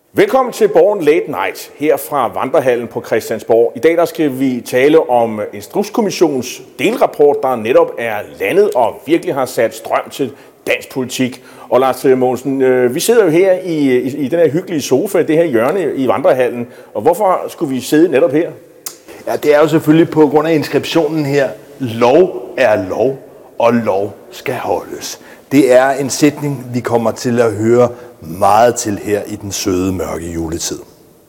Velkommen til Borgen Late Night her fra Vandrehallen på Christiansborg. I dag der skal vi tale om Instrukskommissionens delrapport, der netop er landet og virkelig har sat strøm til dansk politik. Og Lars Mogensen, vi sidder jo her i den her hyggelige sofa, det her hjørne i Vandrehallen. Og hvorfor skulle vi sidde netop her? Ja, det er jo selvfølgelig på grund af inskriptionen her. Lov er lov, og lov skal holdes. Det er en sætning, vi kommer til at høre meget til her i den søde, mørke juletid.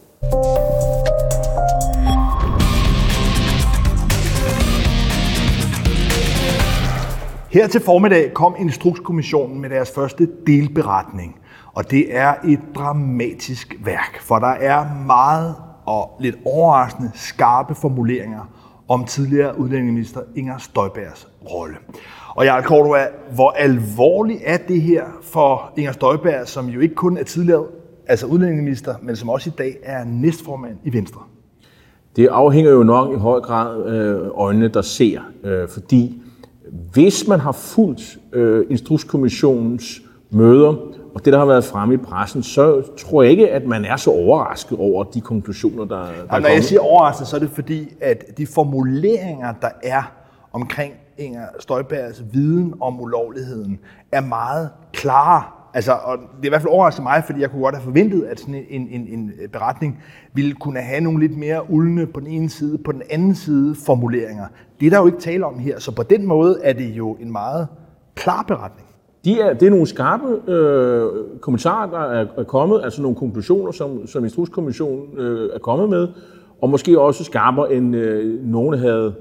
Her til formiddag kom Instrukskommissionen med deres første delberetning. Og det er et dramatisk værk, for der er meget og lidt overraskende skarpe formuleringer om tidligere udlændingeminister Inger Støjbergs rolle. Og Jarl Cordua, hvor alvorligt er det her for Inger Støjberg, som jo ikke kun er tidligere udlændingeminister, men som også i dag er næstformand i Venstre? Det afhænger jo nok i høj grad øjnene, der ser, fordi hvis man har fulgt Instrukskommissionens møder, og det, der har været fremme i pressen, så tror jeg ikke, at man er så overrasket over de konklusioner, der er kommet. Når jeg siger overrasket, så er det fordi, at de formuleringer, der er omkring Inger Støjbergs viden om ulovligheden, er meget klare. Og det er i hvert fald overrasket mig, fordi jeg kunne godt have forventet, at sådan en beretning ville kunne have nogle lidt mere uldne på den ene side, på den anden side formuleringer. Det er der jo ikke tale om her, så på den måde er det jo en meget klar beretning. Det er nogle skarpe kommentarer, der er kommet, altså nogle konklusioner, som Instrukskommissionen er kommet med, og måske også skarpere end nogen havde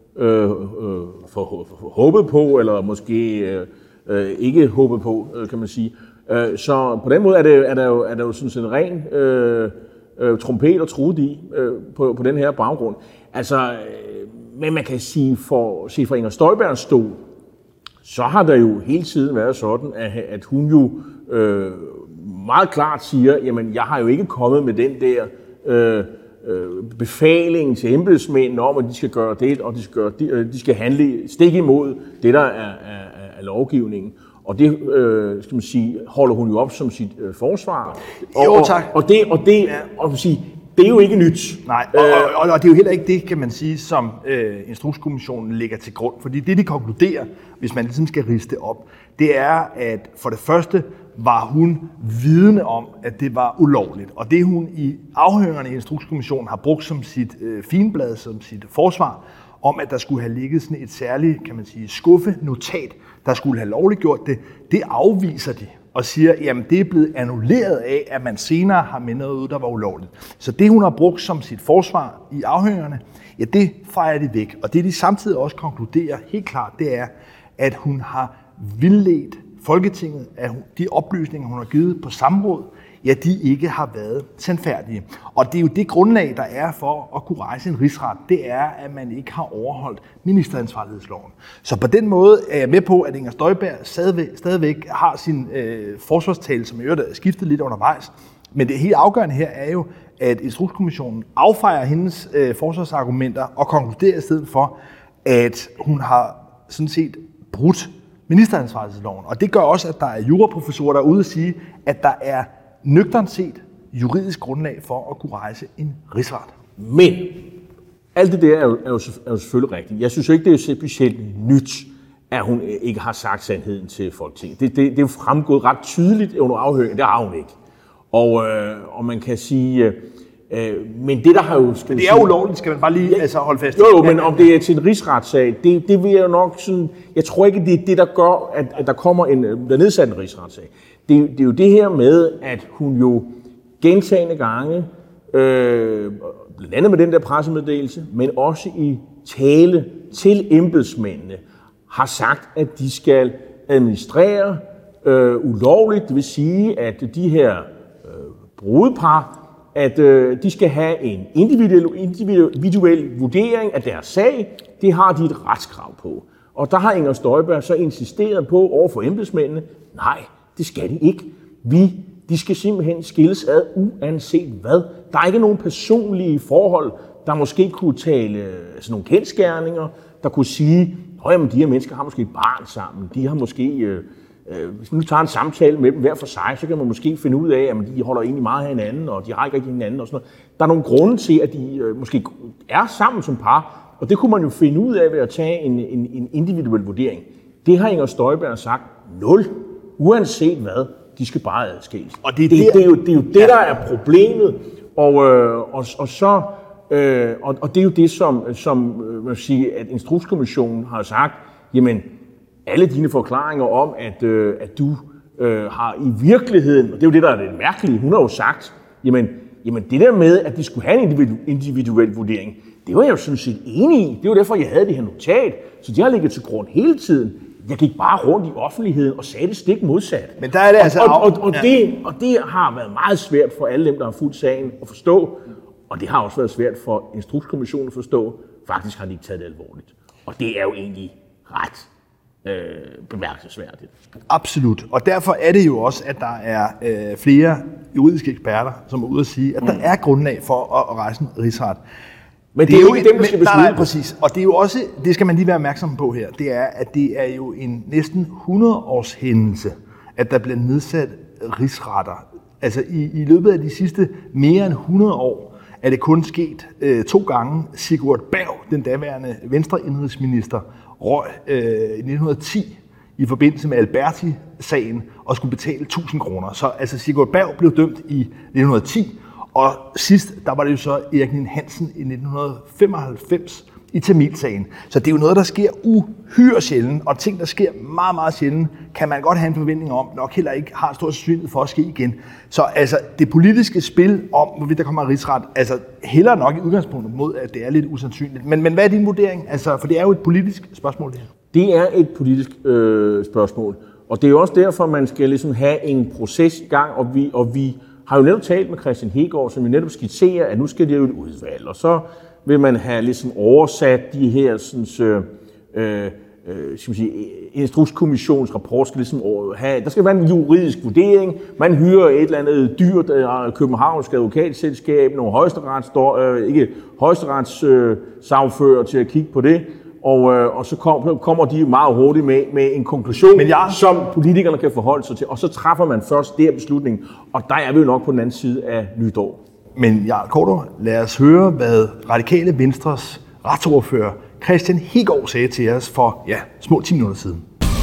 håbet på, eller måske ikke håbet på, kan man sige. Så på den måde er der jo sådan en ren trompet og trude i på den her baggrund. Men man kan sige, se fra Inger Støjbergs stol, så har der jo hele tiden været sådan, at hun jo meget klart siger, jamen jeg har jo ikke kommet med den der befaling til embedsmændene om, at de skal gøre det, og de skal handle stik imod det, der er lovgivningen. Og det, skal man sige, holder hun jo op som sit forsvar. Jo, tak. Og det er jo ikke nyt. Nej, og det er jo heller ikke det, kan man sige, som Instrukskommissionen lægger til grund. Fordi det, de konkluderer, hvis man ligesom skal riste det op, det er, at for det første var hun vidende om, at det var ulovligt. Og det hun i afhøringerne i Instrukskommissionen har brugt som sit finblad, som sit forsvar, om at der skulle have ligget sådan et særligt, kan man sige, skuffenotat, der skulle have lovliggjort det, det afviser de og siger, jamen det er blevet annulleret af, at man senere har med noget ud, der var ulovligt. Så det, hun har brugt som sit forsvar i afhøringerne, ja, det fejrer de væk. Og det, de samtidig også konkluderer helt klart, det er, at hun har vildledt Folketinget, at de oplysninger, hun har givet på samråd, ja, de ikke har været sandfærdige. Og det er jo det grundlag, der er for at kunne rejse en rigsret, det er, at man ikke har overholdt ministeransvarlighedsloven. Så på den måde er jeg med på, at Inger Støjberg stadigvæk har sin forsvarstale, som i øvrigt er skiftet lidt undervejs. Men det helt afgørende her er jo, at Instrukskommissionen affejer hendes forsvarsargumenter og konkluderer i stedet for, at hun har sådan set brudt ministeransvarlighedsloven. Og det gør også, at der er juraprofessorer derude og sige, at der er nøgternt set juridisk grundlag for at kunne rejse en rigsret. Men alt det der er jo selvfølgelig rigtigt. Jeg synes jo ikke, det er specielt nyt, at hun ikke har sagt sandheden til Folketinget. Det er jo fremgået ret tydeligt under afhøringen. Det har hun ikke. Og man kan sige, men det der har jo... Men det er ulovligt, skal man bare lige holde fast i. Jo, men om det er til en rigsretssag, det vil jeg nok sådan... Jeg tror ikke, det er det, der gør, at der kommer der nedsat en rigsretssag. Det er jo det her med, at hun jo gentagne gange, blandt andet med den der pressemeddelelse, men også i tale til embedsmændene, har sagt, at de skal administrere ulovligt. Det vil sige, at de her brudepar, at de skal have en individuel vurdering af deres sag. Det har de et retskrav på. Og der har Inger Støjberg så insisteret på over for embedsmændene, nej, det skal de ikke. De skal simpelthen skilles ad uanset hvad. Der er ikke nogen personlige forhold, der måske kunne tale sådan nogle kendsgerninger, der kunne sige, at de her mennesker har måske et barn sammen, de har måske hvis man nu tager en samtale med dem hver for sig, så kan man måske finde ud af, at de holder egentlig meget af hinanden, og de har ikke rigtig hinanden og sådan noget. Der er nogle grunde til, at de måske er sammen som par, og det kunne man jo finde ud af ved at tage en individuel vurdering. Det har Inger Støjberg sagt 0, uanset hvad. De skal bare adskilles. Og det er jo det, der er problemet. Og det er jo det, som man siger, at Instrukskommissionen har sagt, jamen, alle dine forklaringer om, at du har i virkeligheden, og det er jo det, der er det mærkelige, hun har jo sagt, jamen det der med, at de skulle have en individuel vurdering, det var jeg jo sådan set enig i. Det var derfor, jeg havde det her notat. Så de har ligget til grund hele tiden. Jeg gik bare rundt i offentligheden og sagde det stik modsat. Men der er det altså... Og det har været meget svært for alle dem, der har fulgt sagen at forstå. Og det har også været svært for Instrukskommissionen at forstå. Faktisk har de ikke taget det alvorligt. Og det er jo egentlig ret bemærkelsesværdigt. Absolut. Og derfor er det jo også, at der er flere juridiske eksperter, som er ude at sige, at der er grundlag for at rejse en rigsret. Men det er jo ikke dem, der skal beslutte. Nej, præcis. Og det er jo også, det skal man lige være opmærksom på her, det er, at det er jo en næsten 100-års hændelse, at der bliver nedsat rigsretter. Altså i løbet af de sidste mere end 100 år, er det kun sket 2 gange. Sigurd Berg, den daværende venstreindrigsminister, røg i 1910 i forbindelse med Alberti-sagen og skulle betale 1000 kroner. Så altså Sigurd Berg blev dømt i 1910, og sidst, der var det jo så Erik Ninn-Hansen i 1995 i Tamilsagen. Så det er jo noget, der sker uhyre sjældent, og ting, der sker meget, meget sjældent, kan man godt have en forventning om, nok heller ikke har en stor sandsynlighed for at ske igen. Så altså, det politiske spil om, hvorvidt der kommer en rigsret, altså heller nok i udgangspunktet mod, at det er lidt usandsynligt. Men hvad er din vurdering? Altså, for det er jo et politisk spørgsmål, det her. Det er et politisk spørgsmål, og det er jo også derfor, man skal ligesom have en proces i gang, og vi har jo netop talt med Kristian Hegaard, som jo netop skitserer, at nu skal det jo et udvalg, og så vil man have ligesom oversat de her Instrukskommissionens rapport, skal ligesom have, der skal være en juridisk vurdering, man hyrer et eller andet dyrt københavnsk advokatselskab, nogle højesterets til at kigge på det, og så kommer de meget hurtigt med en konklusion, som politikerne kan forholde sig til, og så træffer man først der beslutning, og der er vi jo nok på den anden side af nytår. Men Jarl Corydon, lad os høre, hvad Radikale Venstres retsordfører Kristian Hegaard sagde til os for små 10 minutter siden.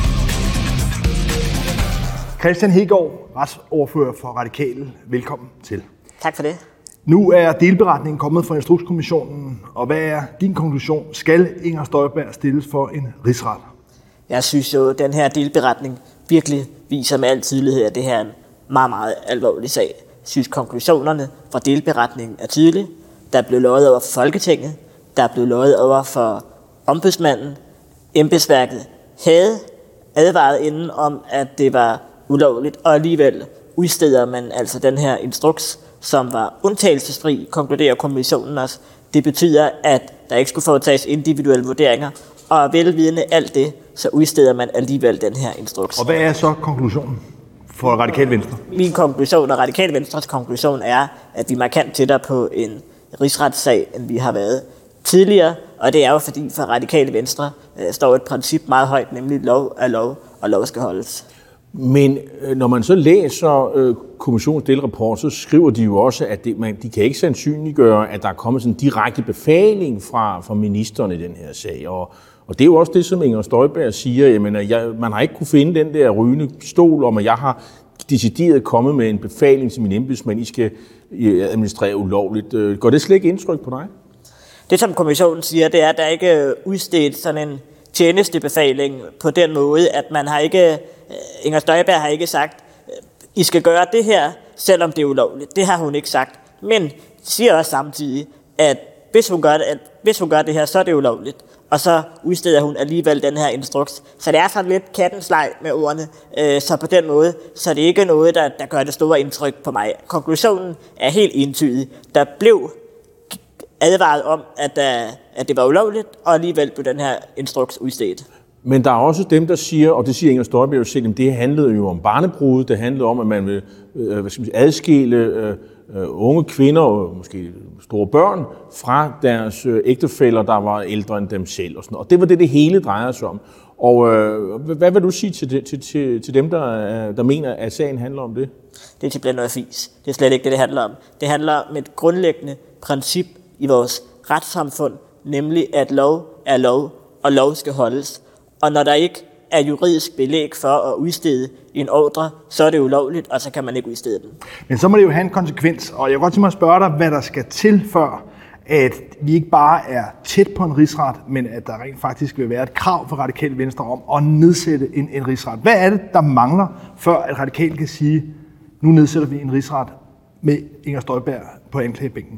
Kristian Hegaard, retsordfører for Radikale. Velkommen til. Tak for det. Nu er delberetningen kommet fra Instrukskommissionen, og hvad er din konklusion? Skal Inger Støjberg stilles for en rigsret? Jeg synes jo, at den her delberetning virkelig viser med al tydelighed, at det her er en meget, meget alvorlig sag. Jeg synes, konklusionerne fra delberetningen er tydelige. Der er blevet løjet over for Folketinget. Der er blevet løjet over for ombudsmanden. Embedsværket havde advaret inden om, at det var ulovligt, og alligevel udsteder man altså den her instruks, som var undtagelsesfri, konkluderer kommissionen også. Det betyder, at der ikke skulle foretages individuelle vurderinger, og velvidende alt det, så udsteder man alligevel den her instruks. Og hvad er så konklusionen for Radikale Venstre? Min konklusion og Radikale Venstres konklusion er, at vi er markant tættere på en rigsretssag, end vi har været tidligere, og det er jo fordi for Radikale Venstre står et princip meget højt, nemlig lov er lov, og lov skal holdes. Men når man så læser kommissionens delrapport, så skriver de jo også, at de kan ikke sandsynliggøre, at der er kommet sådan en direkte befaling fra ministeren i den her sag. Og det er jo også det, som Inger Støjberg siger, jamen, man har ikke kunne finde den der rygende pistol om, at jeg har decideret kommet med en befaling til min embedsmænd, I skal administrere ulovligt. Går det slet ikke indtryk på dig? Det, som kommissionen siger, det er, at der ikke er udstedt sådan en tjenestebefaling på den måde, at man har ikke, Inger Støjberg har ikke sagt, I skal gøre det her, selvom det er ulovligt. Det har hun ikke sagt. Men siger også samtidig, at hvis hun gør det her, så er det ulovligt. Og så udsteder hun alligevel den her instruks. Så det er sådan lidt kattens leg med ordene. Så på den måde, så er det ikke noget, der gør det store indtryk på mig. Konklusionen er helt entydig. Der blev advaret om, at det var ulovligt, og alligevel blev den her instruks udstedt. Men der er også dem, der siger, og det siger Inger Støjberg jo selv, at det handlede jo om barnebrud, det handlede om, at man vil adskille unge kvinder og måske store børn fra deres ægtefæller, der var ældre end dem selv. Og det var det hele drejer sig om. Og hvad vil du sige til dem, der mener, at sagen handler om det? Det er simpelthen noget fis. Det er slet ikke det handler om. Det handler om et grundlæggende princip i vores retssamfund, nemlig at lov er lov, og lov skal holdes. Og når der ikke er juridisk belæg for at udstede en ordre, så er det ulovligt, og så kan man ikke udstede den. Men så må det jo have en konsekvens, og jeg kan godt tænke mig at spørge dig, hvad der skal til før, at vi ikke bare er tæt på en rigsret, men at der rent faktisk vil være et krav for Radikale Venstre om at nedsætte en rigsret. Hvad er det, der mangler, før at Radikale kan sige, nu nedsætter vi en rigsret med Inger Støjberg på anklagebænken?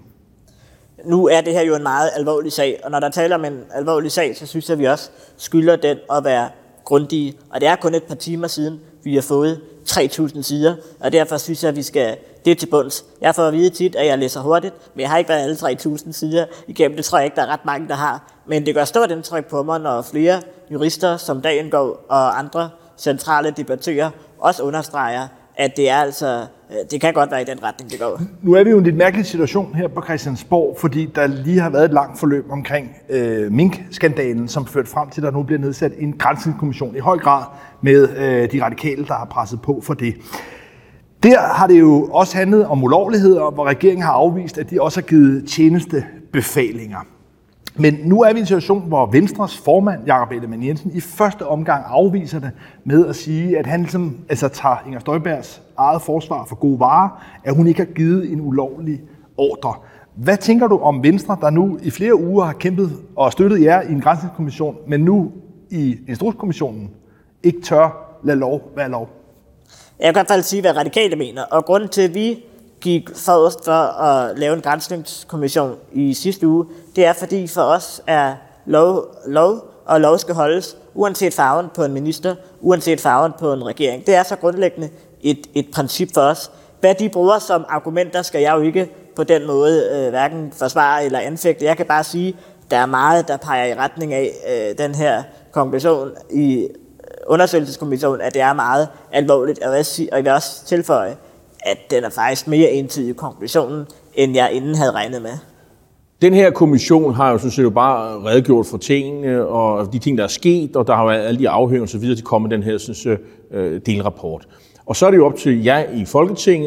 Nu er det her jo en meget alvorlig sag, og når der taler om en alvorlig sag, så synes jeg, at vi også skylder den at være grundige. Og det er kun et par timer siden, vi har fået 3.000 sider, og derfor synes jeg, at vi skal det til bunds. Jeg får at vide tit, at jeg læser hurtigt, men jeg har ikke været alle 3.000 sider igennem. Det tror jeg ikke, der er ret mange, der har. Men det gør stort indtryk på mig, når flere jurister som Dagen går og andre centrale debattører også understreger, at det er altså, det kan godt være i den retning, det går. Nu er vi jo i en lidt mærkelig situation her på Christiansborg, fordi der lige har været et langt forløb omkring Mink-skandalen, som førte frem til, at der nu bliver nedsat en granskningskommission i høj grad med de radikale, der har presset på for det. Der har det jo også handlet om ulovligheder, hvor regeringen har afvist, at de også har givet tjenestebefalinger. Men nu er vi i en situation, hvor Venstres formand, Jakob Ellemann-Jensen, i første omgang afviser det med at sige, at han ligesom, tager Inger Støjbergs eget forsvar for gode varer, at hun ikke har givet en ulovlig ordre. Hvad tænker du om Venstre, der nu i flere uger har kæmpet og støttet jer i en granskningskommission, men nu i Instrukskommissionen ikke tør lade lov være lov? Jeg kan i hvert fald sige, hvad radikale mener, og grunden til, at vi gik forrest for at lave en granskningskommission i sidste uge, det er, fordi for os er lov, og lov skal holdes, uanset farven på en minister, uanset farven på en regering. Det er så grundlæggende et princip for os. Hvad de bruger som argumenter, skal jeg jo ikke på den måde hverken forsvare eller anfægte. Jeg kan bare sige, at der er meget, der peger i retning af den her konklusion i undersøgelseskommissionen, at det er meget alvorligt. Og jeg vil også tilføje, at den er faktisk mere entydig i konklusionen, end jeg inden havde regnet med. Den her kommission har jo sådan set jo bare redegjort for tingene, og de ting, der er sket, og der har været alle de afhøringer og så videre, de kommer med den her delrapport. Og så er det jo op til jer i Folketinget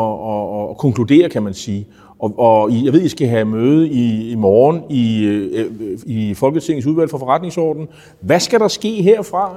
at konkludere, kan man sige. Og jeg ved, I skal have møde i morgen i Folketingets udvalg for forretningsorden. Hvad skal der ske herfra?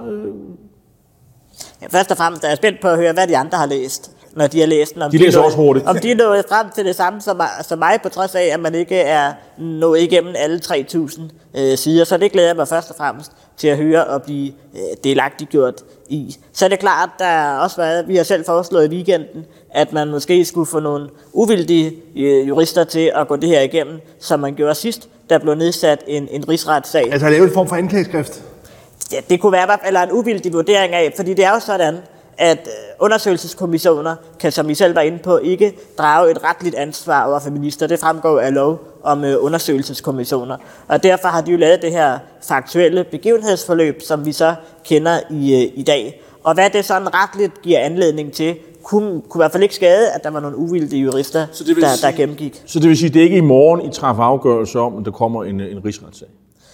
Ja, først og fremmest er jeg spændt på at høre, hvad de andre har læst, når de har læst den. De læser også hurtigt. Om de er nået frem til det samme som mig, på trods af, at man ikke er nået igennem alle 3.000 sider. Så det glæder jeg mig først og fremmest til at høre og blive delagtiggjort i. Så er det klart, der er også været, vi har selv foreslået i weekenden, at man måske skulle få nogle uvildige jurister til at gå det her igennem, som man gjorde sidst, der blev nedsat en rigsretssag. Altså lave en form for anklageskrift? Ja, det kunne være eller en uvildig vurdering af, fordi det er jo sådan, at undersøgelseskommissioner kan, som I selv var inde på, ikke drage et retligt ansvar over for minister. Det fremgår af lov om undersøgelseskommissioner. Og derfor har de jo lavet det her faktuelle begivenhedsforløb, som vi så kender i dag. Og hvad det sådan retligt giver anledning til, kunne i hvert fald ikke skade, at der var nogle uvildige jurister, der gennemgik. Så det vil sige, at det er ikke i morgen, I træffer afgørelse om, at der kommer en rigsretssag?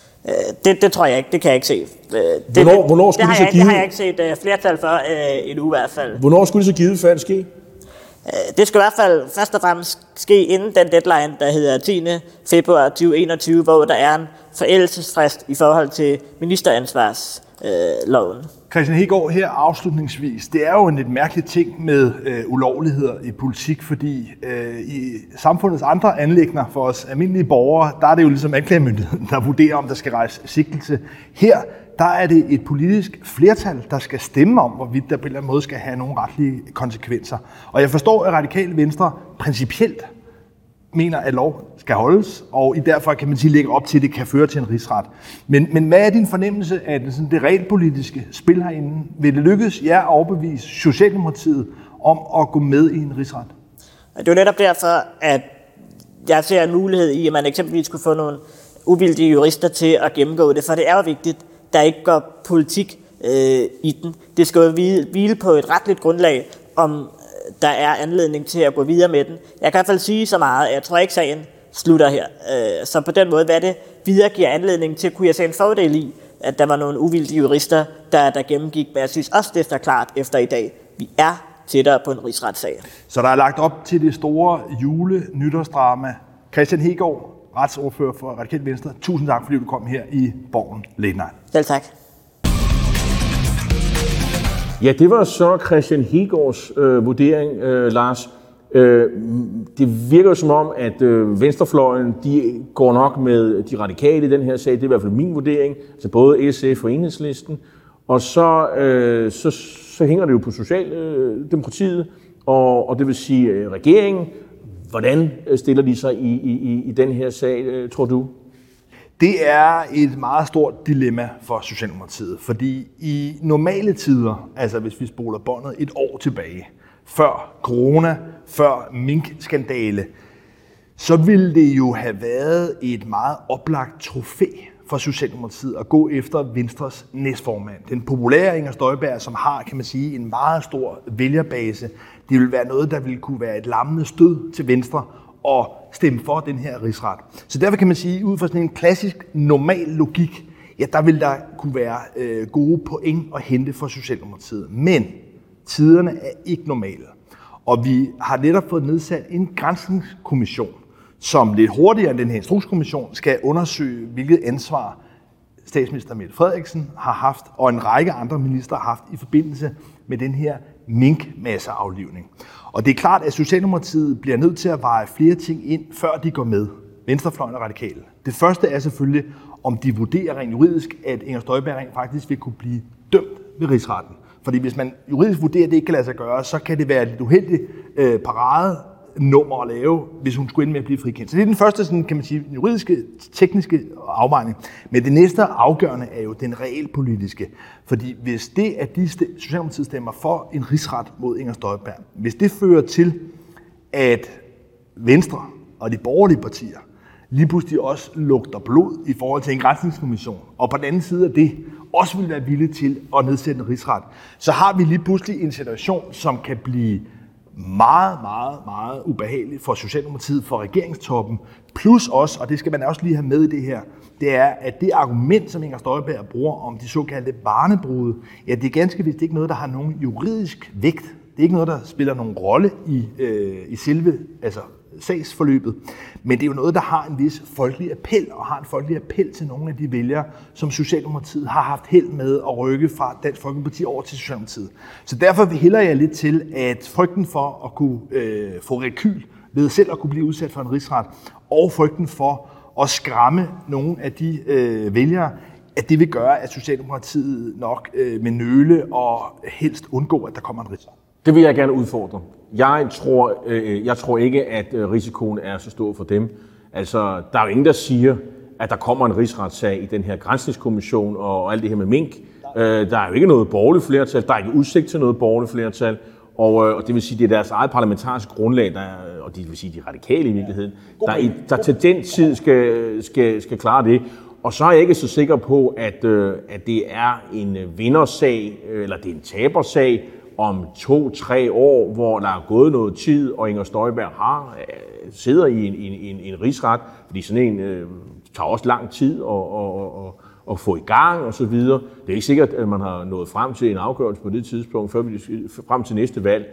Det tror jeg ikke, det kan jeg ikke se. Hvornår skulle det har jeg ikke set flertal for endnu i hvert fald. Hvornår skulle det så givet fald ske? Det skal i hvert fald først og fremmest ske inden den deadline, der hedder 10. februar 2021, hvor der er en forældelsesfrist i forhold til ministeransvarsloven. Christian Hegaard, her afslutningsvis. Det er jo en lidt mærkelig ting med ulovligheder i politik, fordi i samfundets andre anliggender for os almindelige borgere, der er det jo ligesom anklagemyndigheden, der vurderer, om der skal rejse sigtelse. Her, der er det et politisk flertal, der skal stemme om, hvorvidt der på en eller anden måde skal have nogle retlige konsekvenser. Og jeg forstår, at Radikale Venstre principielt mener, at lov skal holdes, og i derfor kan man sige, lægge op til, at det kan føre til en rigsret. Men hvad er din fornemmelse af det realpolitiske spil herinde? Vil det lykkes jer at overbevise Socialdemokratiet om at gå med i en rigsret? Det er jo netop derfor, at jeg ser en mulighed i, at man eksempelvis skulle få nogle uvildige jurister til at gennemgå det, for det er jo vigtigt, at der ikke går politik i den. Det skal jo hvile på et retligt grundlag, om der er anledning til at gå videre med den. Jeg kan i hvert fald sige så meget, at jeg tror ikke, sagen slutter her. Så på den måde, hvad det videre giver anledning til, kunne jeg se en fordel i, at der var nogle uvildige jurister, der gennemgik, men jeg synes også, det står klart efter i dag. Vi er tættere på en rigsretssag. Så der er lagt op til det store jule-nytårsdrama. Kristian Hegaard, retsordfører for Radikale Venstre. Tusind tak, fordi du kom her i Borgen Late Night. Selv tak. Ja, det var så Kristian Hegaards vurdering, Lars. Det virker jo som om, at venstrefløjen de går nok med de radikale i den her sag. Det er i hvert fald min vurdering. Altså både SF og Enhedslisten. Og så hænger det jo på Socialdemokratiet, og det vil sige regeringen. Hvordan stiller de sig i den her sag, tror du? Det er et meget stort dilemma for Socialdemokratiet, fordi i normale tider, altså hvis vi spoler båndet et år tilbage, før corona, før minkskandale, så ville det jo have været et meget oplagt trofæ for Socialdemokratiet at gå efter Venstres næstformand. Den populære Inger Støjberg, som har, kan man sige, en meget stor vælgerbase. Det vil være noget, der vil kunne være et lammende stød til Venstre og stemme for den her rigsret. Så derfor kan man sige, ud fra sådan en klassisk normal logik, ja, der vil der kunne være gode point at hente for Socialdemokratiet. Men tiderne er ikke normale. Og vi har netop fået nedsat en granskningskommission, som lidt hurtigere end den her instrukskommission skal undersøge, hvilket ansvar statsminister Mette Frederiksen har haft, og en række andre ministre har haft i forbindelse med den her minkmasseaflivning. Og det er klart, at Socialdemokratiet bliver nødt til at veje flere ting ind, før de går med. Venstrefløjen og radikale. Det første er selvfølgelig, om de vurderer rent juridisk, at Inger Støjberg rent faktisk vil kunne blive dømt ved rigsretten. Fordi hvis man juridisk vurderer, at det ikke kan lade sig gøre, så kan det være et uheldigt paradenummer at lave, hvis hun skulle ende med at blive frikendt. Så det er den første, sådan, kan man sige, juridiske, tekniske afvejning. Men det næste afgørende er jo den realpolitiske. Fordi hvis det, at de Socialdemokratiet stemmer for en rigsret mod Inger Støjberg, hvis det fører til, at Venstre og de borgerlige partier lige pludselig også lugter blod i forhold til en granskningskommission, og på den anden side af det også vil være villige til at nedsætte en rigsret, så har vi lige pludselig en situation, som kan blive meget, meget, meget ubehagelig for Socialdemokratiet, for regeringstoppen, plus også, og det skal man også lige have med i det her, det er, at det argument, som Inger Støjberg bruger om de såkaldte barnebrude, ja, det er ganske vist ikke noget, der har nogen juridisk vægt. Det er ikke noget, der spiller nogen rolle i selve sagsforløbet, men det er jo noget, der har en vis folkelig appel, og har en folkelig appel til nogle af de vælgere, som Socialdemokratiet har haft held med at rykke fra Dansk Folkeparti over til Socialdemokratiet. Så derfor hælder jeg lidt til, at frygten for at kunne få rekyl ved selv at kunne blive udsat for en rigsret, og frygten for at skræmme nogle af de vælgere, at det vil gøre, at Socialdemokratiet nok med nøle og helst undgå, at der kommer en rigsret. Det vil jeg gerne udfordre. Jeg tror ikke, at risikoen er så stor for dem. Altså, der er jo ingen, der siger, at der kommer en rigsretssag i den her granskningskommission og alt det her med mink. Der er jo ikke noget borgerligt flertal. Der er ikke udsigt til noget borgerligt flertal. Og det vil sige, det er deres eget parlamentariske grundlag, og det vil sige de radikale i virkeligheden, der til den tid skal klare det. Og så er jeg ikke så sikker på, at det er en vindersag, eller det er en tabersag, om 2-3 år, hvor der er gået noget tid, og Inger Støjberg sidder i en rigsret, fordi sådan en tager også lang tid at få i gang og så videre. Det er ikke sikkert, at man har nået frem til en afgørelse på det tidspunkt, frem til næste valg.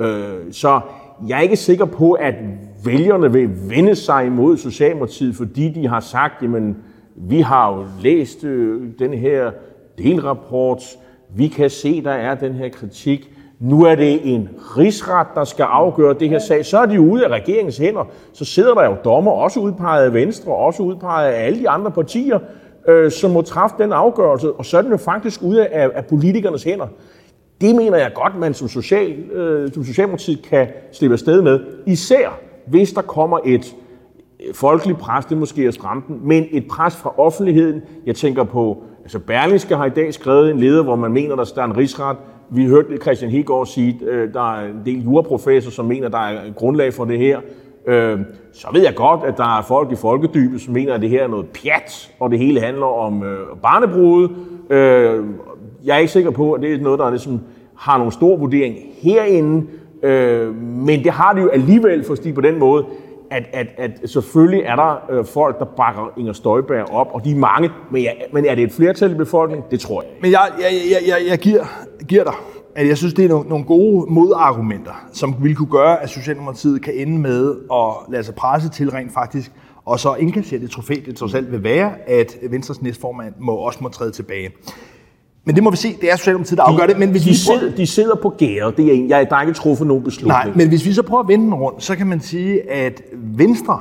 Så jeg er ikke sikker på, at vælgerne vil vende sig imod Socialdemokratiet, fordi de har sagt, jamen, vi har jo læst den her delrapport, vi kan se, der er den her kritik. Nu er det en rigsret, der skal afgøre det her sag. Så er de ude af regeringens hænder. Så sidder der jo dommer, også udpeget af Venstre, også udpeget af alle de andre partier, som må træffe den afgørelse. Og så er den jo faktisk ude af politikernes hænder. Det mener jeg godt, man som Socialdemokratiet kan slippe afsted med. Især hvis der kommer et folkeligt pres, det måske er skræmten, men et pres fra offentligheden. Jeg tænker på, altså Berlingske har i dag skrevet en leder, hvor man mener, der er en rigsret. Vi hørte Kristian Hegaard sige, der er en del juraprofessor, som mener, der er grundlag for det her. Så ved jeg godt, at der er folk i folkedybet, som mener, at det her er noget pjat, og det hele handler om barnebrude. Jeg er ikke sikker på, at det er noget, der ligesom har nogen stor vurdering herinde, men det har det jo alligevel, for på den måde, at selvfølgelig er der folk, der bakker Inger Støjberg op, og de er mange, men er det et flertal i befolkningen? Det tror jeg ikke. Men jeg giver dig, at jeg synes, det er nogle gode modargumenter, som ville kunne gøre, at Socialdemokratiet kan ende med at lade sig presse til rent faktisk, og så indkassere det trofæ, det trods alt vil være, at Venstres næstformand også må træde tilbage. Men det må vi se, det er Socialdemokratiet, der afgør det. Men hvis de sidder på gæret, der er ikke truffet nogen beslutning. Nej, men hvis vi så prøver at vende den rundt, så kan man sige, at Venstre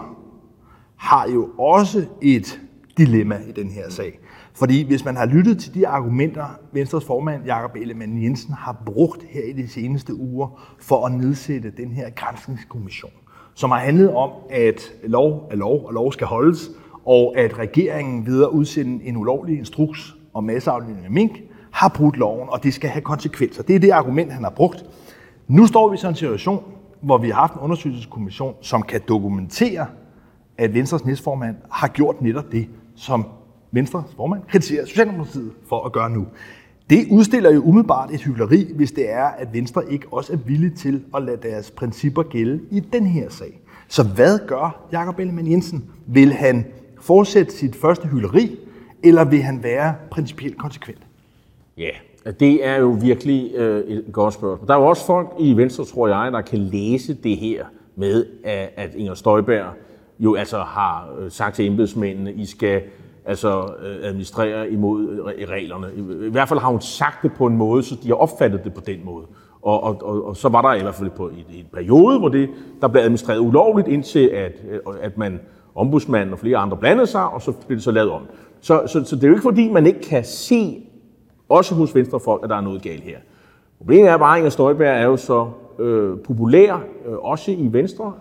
har jo også et dilemma i den her sag. Fordi hvis man har lyttet til de argumenter, Venstres formand Jakob Ellemann-Jensen har brugt her i de seneste uger for at nedsætte den her granskningskommission, som har handlet om, at lov er lov, og lov skal holdes, og at regeringen ved at udsende en ulovlig instruks om masseaflivning af mink, har brudt loven, og det skal have konsekvenser. Det er det argument, han har brugt. Nu står vi så i en situation, hvor vi har haft en undersøgelseskommission, som kan dokumentere, at Venstres næstformand har gjort netop det, som Venstres formand kritiserer Socialdemokratiet for at gøre nu. Det udstiller jo umiddelbart et hykleri, hvis det er, at Venstre ikke også er villig til at lade deres principper gælde i den her sag. Så hvad gør Jakob Ellemann-Jensen? Vil han fortsætte sit første hykleri, eller vil han være principielt konsekvent? Ja, det er jo virkelig et godt spørgsmål. Der er jo også folk i Venstre, tror jeg, der kan læse det her med, at Inger Støjberg jo altså har sagt til embedsmændene, I skal administrere imod reglerne. I hvert fald har hun sagt det på en måde, så de har opfattet det på den måde. Og så var der i hvert fald på en periode, hvor der blev administreret ulovligt, indtil at ombudsmanden og flere andre blandede sig, og så blev det så lavet om. Så det er jo ikke fordi, man ikke kan se, også hos venstrefolk, at der er noget galt her. Problemet er bare, at Inger Støjberg er jo så populær, også i Venstre.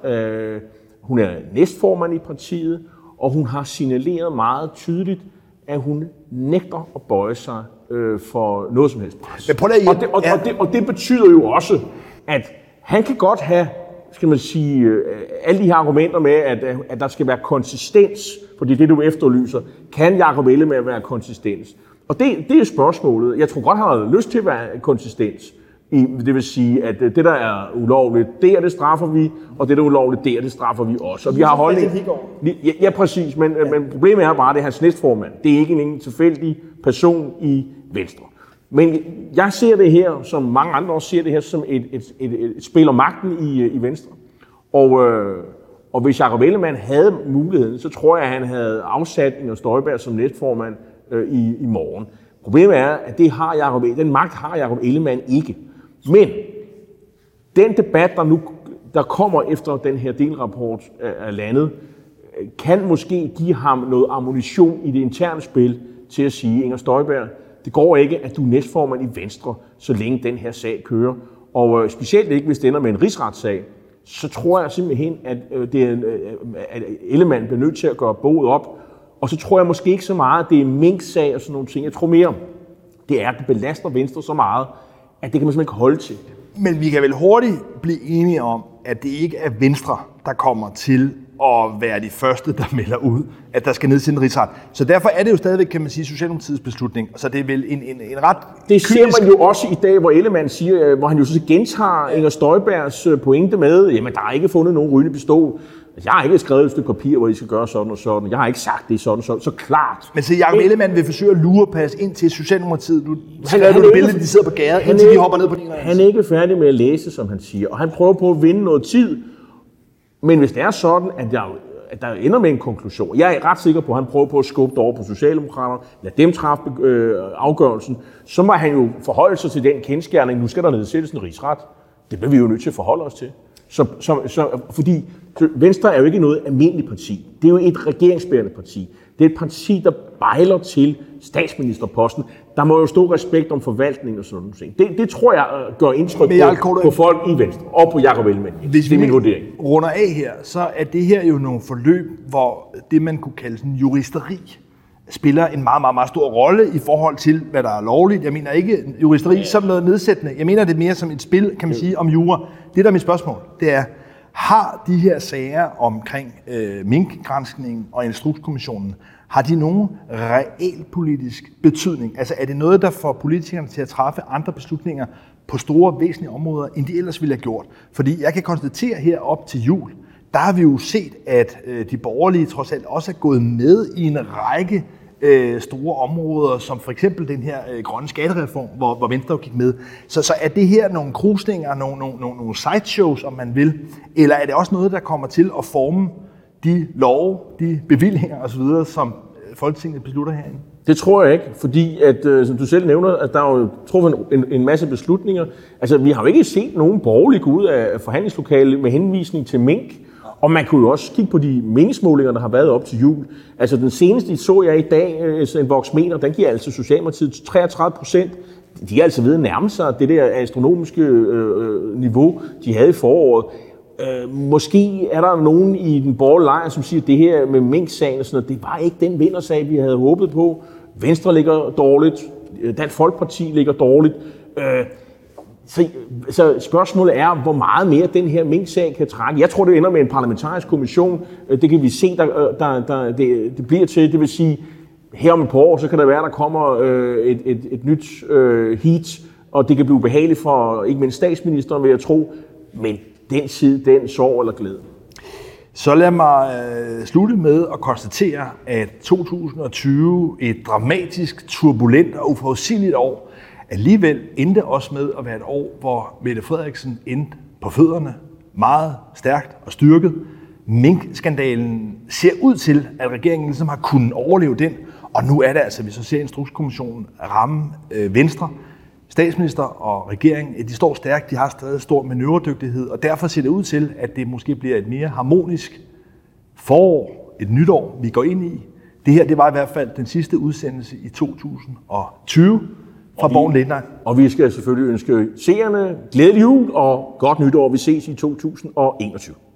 Hun er næstformand i partiet, og hun har signaleret meget tydeligt, at hun nægter at bøje sig for noget som helst pres. Og det betyder jo også, at han kan godt have, skal man sige, alle de her argumenter med, at der skal være konsistens, fordi det du efterlyser, kan Jakob Ellemann være konsistens? Og det er spørgsmålet. Jeg tror godt, han har lyst til at være konsistens. Det vil sige, at det, der er ulovligt, det straffer vi, og det, der er ulovligt, det straffer vi også. Og vi har holdning. Ja, præcis, men problemet er bare, at det er hans næstformand. Det er ikke en tilfældig person i Venstre. Men jeg ser det her, som mange andre også ser det her, som et spil om magten i Venstre. Og hvis Jakob Ellemann havde muligheden, så tror jeg, at han havde afsat Inger Støjberg som næstformand i morgen. Problemet er, at den magt har Jakob Ellemann ikke. Men den debat, der kommer efter den her delrapport af landet, kan måske give ham noget ammunition i det interne spil til at sige, Inger Støjberg, det går ikke, at du er næstformand i Venstre, så længe den her sag kører. Og specielt ikke, hvis det ender med en rigsretssag, så tror jeg simpelthen, at Ellemann bliver nødt til at gøre boet op. Og så tror jeg måske ikke så meget, at det er minksag og sådan nogle ting. Jeg tror mere, det er, at det belaster Venstre så meget, at det kan man simpelthen ikke holde til. Men vi kan vel hurtigt blive enige om, at det ikke er Venstre, der kommer til at være de første, der melder ud, at der skal nedsætte en rigsret. Så derfor er det jo stadigvæk, kan man sige, Socialdemokratiets beslutning. Så det er vel en ret det ser man jo også i dag, hvor Ellemann siger, hvor han jo så gentager Inger Støjbergs pointe med, jamen der er ikke fundet nogen rygende pistol. Jeg har ikke skrevet et stykke papir, hvor I skal gøre sådan og sådan. Jeg har ikke sagt det sådan, så klart. Men så Jakob Ellemann vil forsøge at lurepasse ind til Socialdemokratiet. Du skrev det billede, de sidder på gæret, indtil de hopper ned på din rejse. Han er ikke færdig med at læse, som han siger. Og han prøver på at vinde noget tid. Men hvis det er sådan, at der ender med en konklusion, jeg er ret sikker på, at han prøver på at skubbe det over på Socialdemokraterne, lad dem træffe afgørelsen, så må han jo forholde sig til den kendsgerning, nu skal der nedsættes en rigsret. Det bliver vi jo nødt til at forholde os til. Fordi Venstre er jo ikke noget almindeligt parti. Det er jo et regeringsbærende parti. Det er et parti, der bejler til statsministerposten. Der må jo stå respekt om forvaltning og sådan noget. Det tror jeg gør indtryk på folk i Venstre og på Jakob Ellemann. Hvis vi runder af her, så er det her jo nogle forløb, hvor det man kunne kalde sådan juristeri spiller en meget, meget, meget stor rolle i forhold til, hvad der er lovligt. Jeg mener ikke juristeri som noget nedsættende. Jeg mener det mere som et spil, kan man sige, om jura. Det, der er mit spørgsmål, det er, har de her sager omkring minkgranskningen og Instrukskommissionen, har de nogen realpolitisk betydning? Altså er det noget, der får politikerne til at træffe andre beslutninger på store, væsentlige områder, end de ellers ville have gjort? Fordi jeg kan konstatere her op til jul, der har vi jo set, at de borgerlige trods alt også er gået med i en række store områder, som for eksempel den her grønne skattereform, hvor Venstre gik med. Så er det her nogle krusninger, nogle sideshows, om man vil, eller er det også noget, der kommer til at forme de love, de bevillinger osv., som Folketinget beslutter herinde? Det tror jeg ikke, fordi at, som du selv nævner, at der er jo truffet en masse beslutninger. Altså, vi har jo ikke set nogen borgerlige gå ud af forhandlingslokalet med henvisning til mink, og man kunne jo også kigge på de meningsmålinger, der har været op til jul. Altså, den seneste så jeg i dag, en Voxmeter, den giver altså Socialdemokratiet 33%. De er altså ved at nærme sig det der astronomiske niveau, de havde i foråret. Måske er der nogen i den borgerlige lejr, som siger, at det her med mink-sagen og sådan noget, det var ikke den vindersag, vi havde håbet på. Venstre ligger dårligt, Dansk Folkeparti ligger dårligt. Så spørgsmålet er, hvor meget mere den her mink-sag kan trække. Jeg tror, det ender med en parlamentarisk kommission. Det kan vi se, det bliver til. Det vil sige, her om et par år, så kan det være, der kommer et nyt heat, og det kan blive behageligt for ikke mindst statsministeren, vil jeg tro. Men den side, den sorg eller glæde. Så lad mig slutte med at konstatere, at 2020, et dramatisk, turbulent og uforudsigeligt år, alligevel endte også med at være et år, hvor Mette Frederiksen endte på fødderne, meget stærkt og styrket. Mink-skandalen ser ud til, at regeringen ligesom har kunnet overleve den, og nu er det altså, hvis vi så ser Instrukskommissionen ramme Venstre, statsminister og regering, de står stærkt, de har stadig stor manøvredygtighed, og derfor ser det ud til, at det måske bliver et mere harmonisk forår, et nytår, vi går ind i. Det her, det var i hvert fald den sidste udsendelse i 2020 fra Borgen Late Night. Og vi skal selvfølgelig ønske seerne glædelig jul og godt nytår. Vi ses i 2021.